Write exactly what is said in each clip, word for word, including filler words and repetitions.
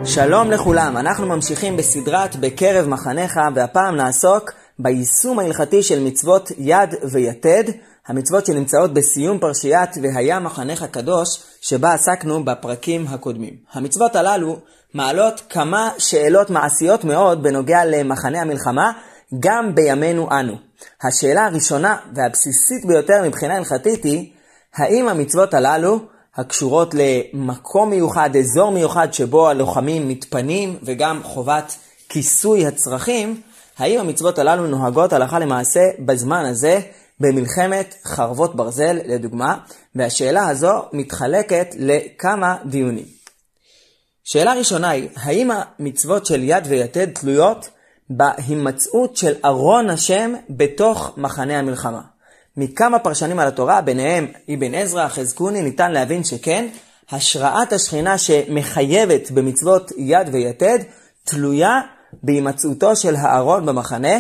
שלום לכולם, אנחנו ממשיכים בסדרת בקרב מחנך, והפעם נעסוק ביישום ההלכתי של מצוות יד ויתד, המצוות שנמצאות בסיום פרשיית והיה מחנך הקדוש שבה עסקנו בפרקים הקודמים. המצוות הללו מעלות כמה שאלות מעשיות מאוד בנוגע למחנה המלחמה גם בימינו אנו. השאלה הראשונה והבסיסית ביותר מבחינה הלכתית היא, האם המצוות הללו הקשורות למקום מיוחד, אזור מיוחד שבו הלוחמים מתפנים וגם חובת כיסוי הצרכים, האם המצוות הללו נוהגות הלכה למעשה בזמן הזה במלחמת חרבות ברזל לדוגמה, והשאלה הזו מתחלקת לכמה דיונים. שאלה ראשונה היא, האם המצוות של יד ויתד תלויות בהימצאות של ארון השם בתוך מחנה המלחמה? מכמה פרשנים על התורה, ביניהם אבן עזרא, חזקוני, ניתן להבין שכן, השראת השכינה שמחייבת במצוות יד ויתד תלויה בהימצאותו של הארון במחנה,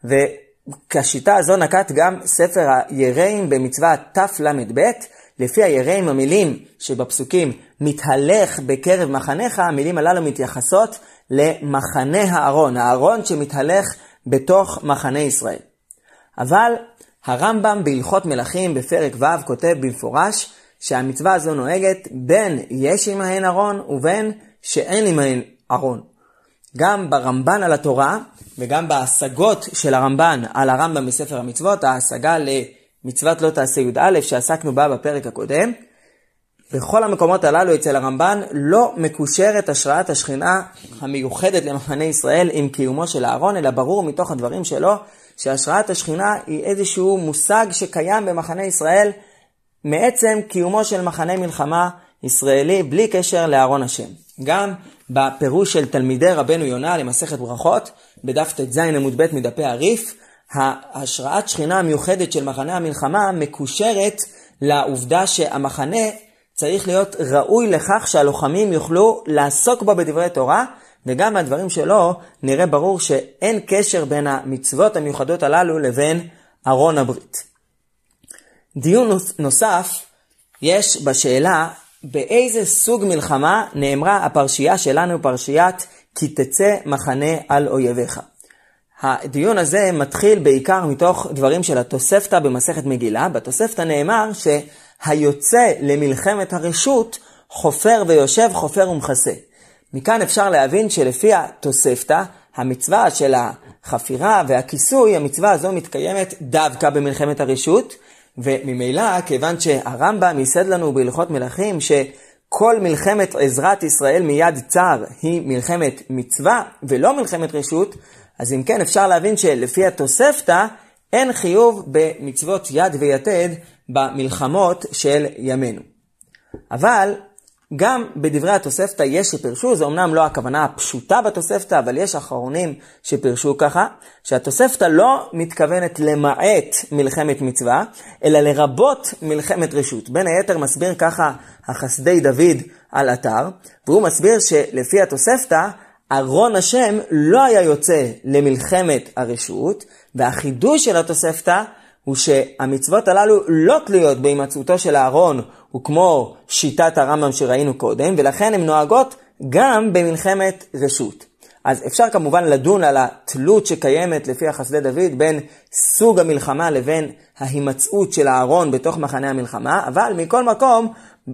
וכשיטה הזו נקט גם ספר היראים במצווה תל"ב, לפי היראים המילים שבפסוקים מתהלך בקרב מחנך, המילים הללו מתייחסות למחנה הארון, הארון שמתהלך בתוך מחנה ישראל. אבל הרמב"ם בהלכות מלכים בפרק ו' כותב במפורש שהמצווה הזו נוהגת בין יש עמהן ארון ובין שאין עמהן ארון. גם ברמב"ן על התורה וגם בהשגות של הרמב"ן על הרמב"ם בספר המצוות, ההשגה למצוות לא תעשה י"א שעסקנו בה בפרק הקודם, בכל המקומות הללו אצל הרמב"ן לא מקושרת השראת השכינה המיוחדת למחנה ישראל עם קיומו של הארון, אלא ברור מתוך הדברים שלו שהשראת השכינה היא איזשהו מושג שקיים במחנה ישראל מעצם קיומו של מחנה מלחמה ישראלי בלי קשר לארון השם. גם בפירוש של תלמידי רבנו יונה למסכת ברכות, בדף ט"ז עמוד ב' מדפי הריף, ההשראת שכינה המיוחדת של מחנה המלחמה מקושרת לעובדה שהמחנה צריך להיות ראוי לכך שהלוחמים יוכלו לעסוק בו בדברי תורה, וגם מהדברים שלו נראה ברור שאין קשר בין המצוות המיוחדות הללו לבין ארון הברית. דיון נוסף יש בשאלה באיזה סוג מלחמה נאמרה הפרשייה שלנו, פרשיית כי תצא מחנה על אויביך. הדיון הזה מתחיל בעיקר מתוך דברים של התוספתא במסכת מגילה. בתוספתא נאמר שהיוצא למלחמת הרשות חופר ויושב, חופר ומכסה. מכאן אפשר להבין שלפי התוספתא, המצווה של החפירה והכיסוי, המצווה הזו מתקיימת דווקא במלחמת הרשות, וממילא כיוון שהרמב"ם ייסד לנו בהלכות מלכים שכל מלחמת עזרת ישראל מיד צר היא מלחמת מצווה ולא מלחמת רשות, אז אם כן אפשר להבין שלפי התוספתא אין חיוב במצוות יד ויתד במלחמות של ימינו. אבל גם בדברי התוספתא יש שפרשו, זה אומנם לא הכוונה הפשוטה בתוספתא, אבל יש אחרונים שפרשו ככה, שהתוספתא לא מתכוונת למעט מלחמת מצווה, אלא לרבות מלחמת רשות. בין היתר מסביר ככה החסדי דוד על אתר, והוא מסביר שלפי התוספתא, ארון השם לא היה יוצא למלחמת הרשות, והחידוש של התוספתא הוא שהמצוות הללו לא תלויות בהימצאותו של הארון, הוא כמו שיטת הרמב"ם שראינו קודם, ולכן הן נוהגות גם במלחמת רשות. אז אפשר כמובן לדון על התלות שקיימת לפי החסדי דוד בין סוג המלחמה לבין ההימצאות של הארון בתוך מחנה המלחמה, אבל מכל מקום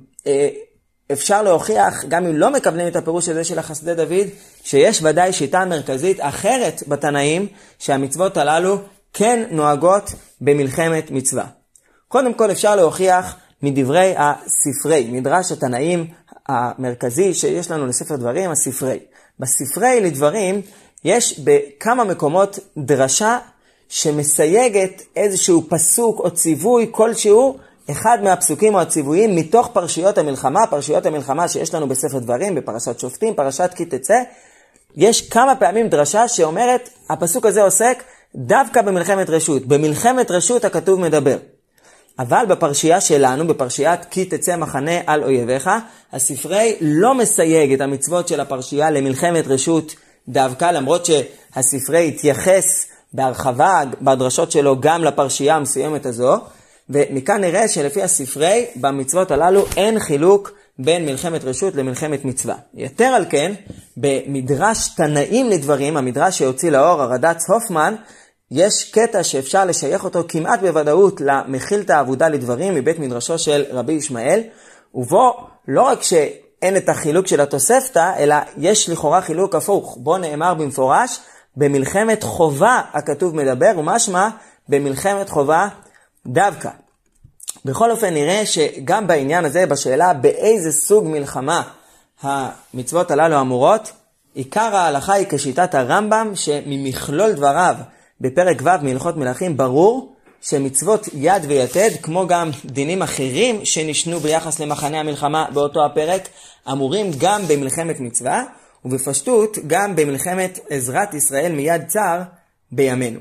אפשר להוכיח, גם אם לא מקבלים את הפירוש הזה של החסדי דוד, שיש ודאי שיטה מרכזית אחרת בתנאים שהמצוות הללו כן נוהגות במלחמת מצווה. קודם כל אפשר להוכיח מדברי הספרי, מדרש התנאים המרכזי שיש לנו לספר דברים, הספרי. בספרי לדברים יש בכמה מקומות דרשה שמסייגת איזשהו פסוק או ציווי כלשהו, אחד מהפסוקים או הציוויים מתוך פרשיות המלחמה, פרשיות המלחמה שיש לנו בספר דברים, בפרשת שופטים, פרשת כי תצא, יש כמה פעמים דרשה שאומרת, הפסוק הזה עוסק דווקא במלחמת רשות. במלחמת רשות הכתוב מדבר. אבל בפרשייה שלנו, בפרשיית כי תצא מחנה על אויביך, הספרי לא מסייג את המצוות של הפרשייה למלחמת רשות דווקא, למרות שהספרי התייחס בהרחבה בדרשות שלו גם לפרשייה המסוימת הזו, ומכאן נראה שלפי הספרי במצוות הללו אין חילוק בין מלחמת רשות למלחמת מצווה. יתר על כן, במדרש תנאים לדברים, המדרש שהוציא לאור הרד"צ הופמן, יש קטע שאפשר לשייך אותו כמעט בוודאות למחילתא אבודה לדברים מבית מדרשו של רבי ישמעאל, ובו לא רק שאין את החילוק של התוספתא, אלא יש לכאורה חילוק הפוך. בו נאמר במפורש, במלחמת חובה הכתוב מדבר, ומשמע במלחמת חובה דווקא. בכל אופן נראה שגם בעניין הזה, בשאלה באיזה סוג מלחמה המצוות הללו אמורות, עיקר ההלכה היא כשיטת הרמב"ם, שממכלול דבריו בפרק ו' מהלכות מלכים ברור שמצוות יד ויתד, כמו גם דינים אחרים שנשנו ביחס למחנה המלחמה באותו הפרק, אמורים גם במלחמת מצווה, ובפשטות גם במלחמת עזרת ישראל מיד צר בימינו.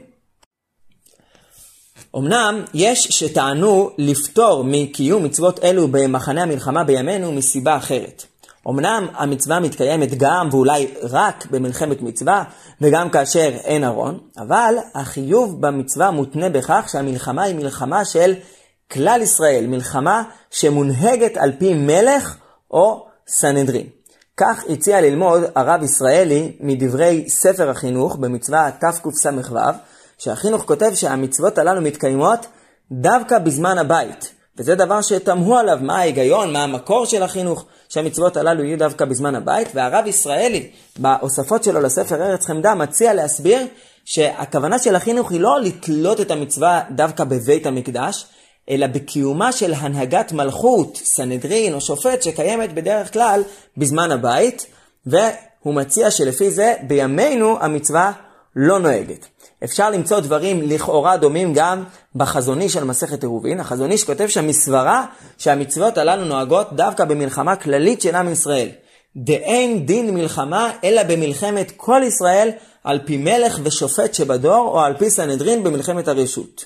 אמנם יש שטענו לפתור מקיום מצוות אלו במחנה המלחמה בימינו מסיבה אחרת. אמנם המצווה מתקיימת גם ואולי רק במלחמת מצווה וגם כאשר אין ארון, אבל החיוב במצווה מותנה בכך שהמלחמה היא מלחמה של כלל ישראל, מלחמה שמונהגת על פי מלך או סנהדרין. כך הציע ללמוד הרב ישראלי מדברי ספר החינוך במצווה תקס"ו, שהחינוך כותב שהמצוות הללו מתקיימות דווקא בזמן הבית. וזה דבר שתמהו עליו, מה ההיגיון, מה המקור של החינוך, שהמצוות הללו יהיו דווקא בזמן הבית. והרב ישראלי, באוספות שלו לספר ארץ חמדה, מציע להסביר שהכוונה של החינוך היא לא לתלות את המצווה דווקא בבית המקדש, אלא בקיומה של הנהגת מלכות, סנהדרין או שופט שקיימת בדרך כלל בזמן הבית, והוא מציע שלפי זה בימינו המצווה לא נוהגת. אפשר למצוא דברים לכאורה דומים גם בחזוני של מסכת עירובין. החזוני שכותב שהמסברה שהמצוות הללו נוהגות דווקא במלחמה כללית של עם ישראל. דאין דין מלחמה אלא במלחמת כל ישראל על פי מלך ושופט שבדור, או על פי סנהדרין במלחמת הרשות.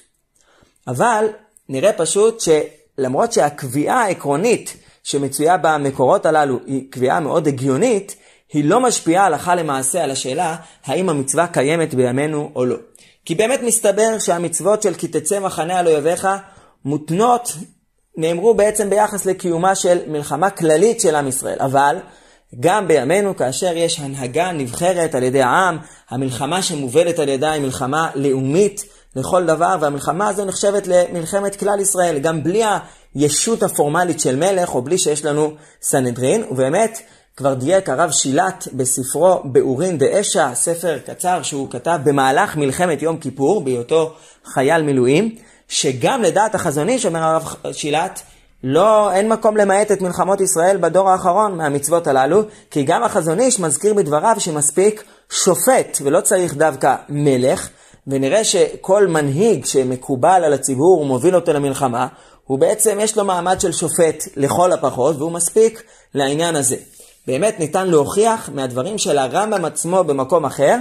אבל נראה פשוט שלמרות שהקביעה העקרונית שמצויה במקורות הללו היא קביעה מאוד הגיונית, היא לא משפיעה הלכה למעשה על השאלה האם המצווה קיימת בימינו או לא. כי באמת מסתבר שהמצוות של כי תצא מחנה על אויביך מותנות, נאמרו בעצם ביחס לקיומה של מלחמה כללית של עם ישראל. אבל גם בימינו כאשר יש הנהגה נבחרת על ידי העם, המלחמה שמובלת על ידה היא מלחמה לאומית לכל דבר, והמלחמה הזו נחשבת למלחמת כלל ישראל, גם בלי הישות הפורמלית של מלך או בלי שיש לנו סנהדרין. ובאמת כבר דייק הרב שילת בספרו באורין דאשה, ספר קצר שהוא כתב במהלך מלחמת יום כיפור, בהיותו חייל מילואים, שגם לדעת החזוני, שאומר הרב שילת, לא, אין מקום למעט את מלחמות ישראל בדור האחרון מהמצוות הללו, כי גם החזוניש מזכיר בדבריו שמספיק שופט ולא צריך דווקא מלך, ונראה שכל מנהיג שמקובל על הציבור ומוביל אותו למלחמה, הוא בעצם יש לו מעמד של שופט לכל הפחות, והוא מספיק לעניין הזה. באמת ניתן להוכיח מהדברים של הרמב"ם עצמו במקום אחר,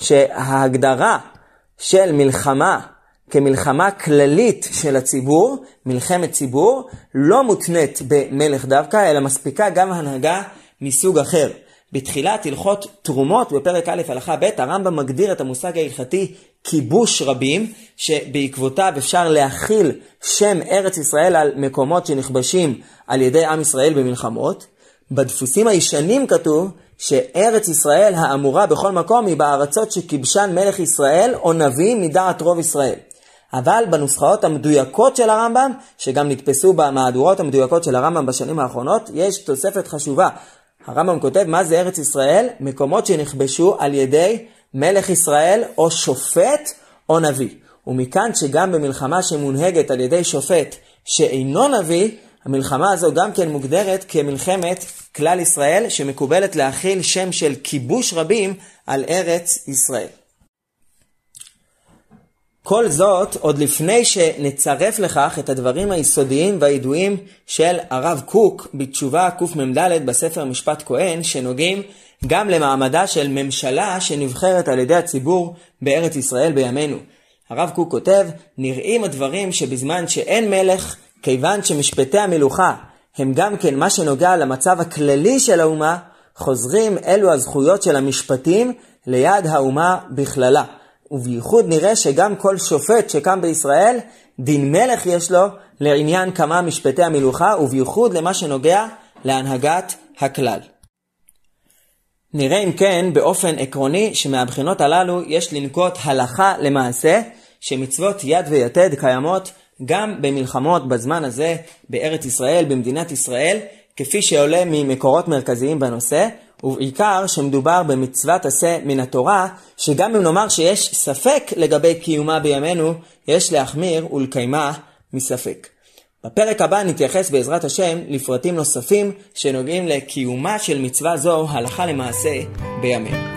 שההגדרה של מלחמה כמלחמה כללית של הציבור, מלחמת ציבור, לא מותנית במלך דווקא, אלא מספיקה גם הנהגה מסוג אחר. בתחילת הלכות תרומות בפרק א' הלכה ב', הרמב"ם מגדיר את המושג ההלכתי כיבוש רבים, שבעקבותיו אפשר להכיל שם ארץ ישראל על מקומות שנכבשים על ידי עם ישראל במלחמות. בדפוסים הישנים כתוב שארץ ישראל האמורה בכל מקום היא בארצות שכיבשן מלך ישראל או נביא מדעת רוב ישראל. אבל בנוסחאות המדויקות של הרמב"ם, שגם נתפסו במהדורות המדויקות של הרמב"ם בשנים האחרונות, יש תוספת חשובה. הרמב"ם כותב מה זה ארץ ישראל? מקומות שנכבשו על ידי מלך ישראל או שופט או נביא. ומכאן שגם במלחמה שמונהגת על ידי שופט שאינו נביא, המלחמה הזו גם כן מוגדרת כמלחמת כלל ישראל, שמקובלת להכיל שם של כיבוש רבים על ארץ ישראל. כל זאת עוד לפני שנצרף לכך את הדברים היסודיים והידועים של הרב קוק בתשובה קמ"ד בספר משפט כהן, שנוגעים גם למעמדה של ממשלה שנבחרת על ידי הציבור בארץ ישראל בימינו. הרב קוק כותב, נראים הדברים שבזמן שאין מלך, כיוון שמשפטי המלוכה הם גם כן מה שנוגע למצב הכללי של האומה, חוזרים אלו הזכויות של המשפטים ליד האומה בכללה. ובייחוד נראה שגם כל שופט שקם בישראל, דין מלך יש לו לעניין כמה משפטי המלוכה, ובייחוד למה שנוגע להנהגת הכלל. נראה אם כן באופן עקרוני שמהבחינות הללו יש לנקוט הלכה למעשה שמצוות יד ויתד קיימות גם במלחמות בזמן הזה בארץ ישראל, במדינת ישראל, כפי שעולה ממקורות מרכזיים בנושא, ובעיקר שמדובר במצוות עשה מן התורה, שגם אם נאמר שיש ספק לגבי קיומה בימינו, יש להחמיר ולקיימה מספק. בפרק הבא נתייחס בעזרת השם לפרטים נוספים שנוגעים לקיומה של מצווה זו הלכה למעשה בימינו.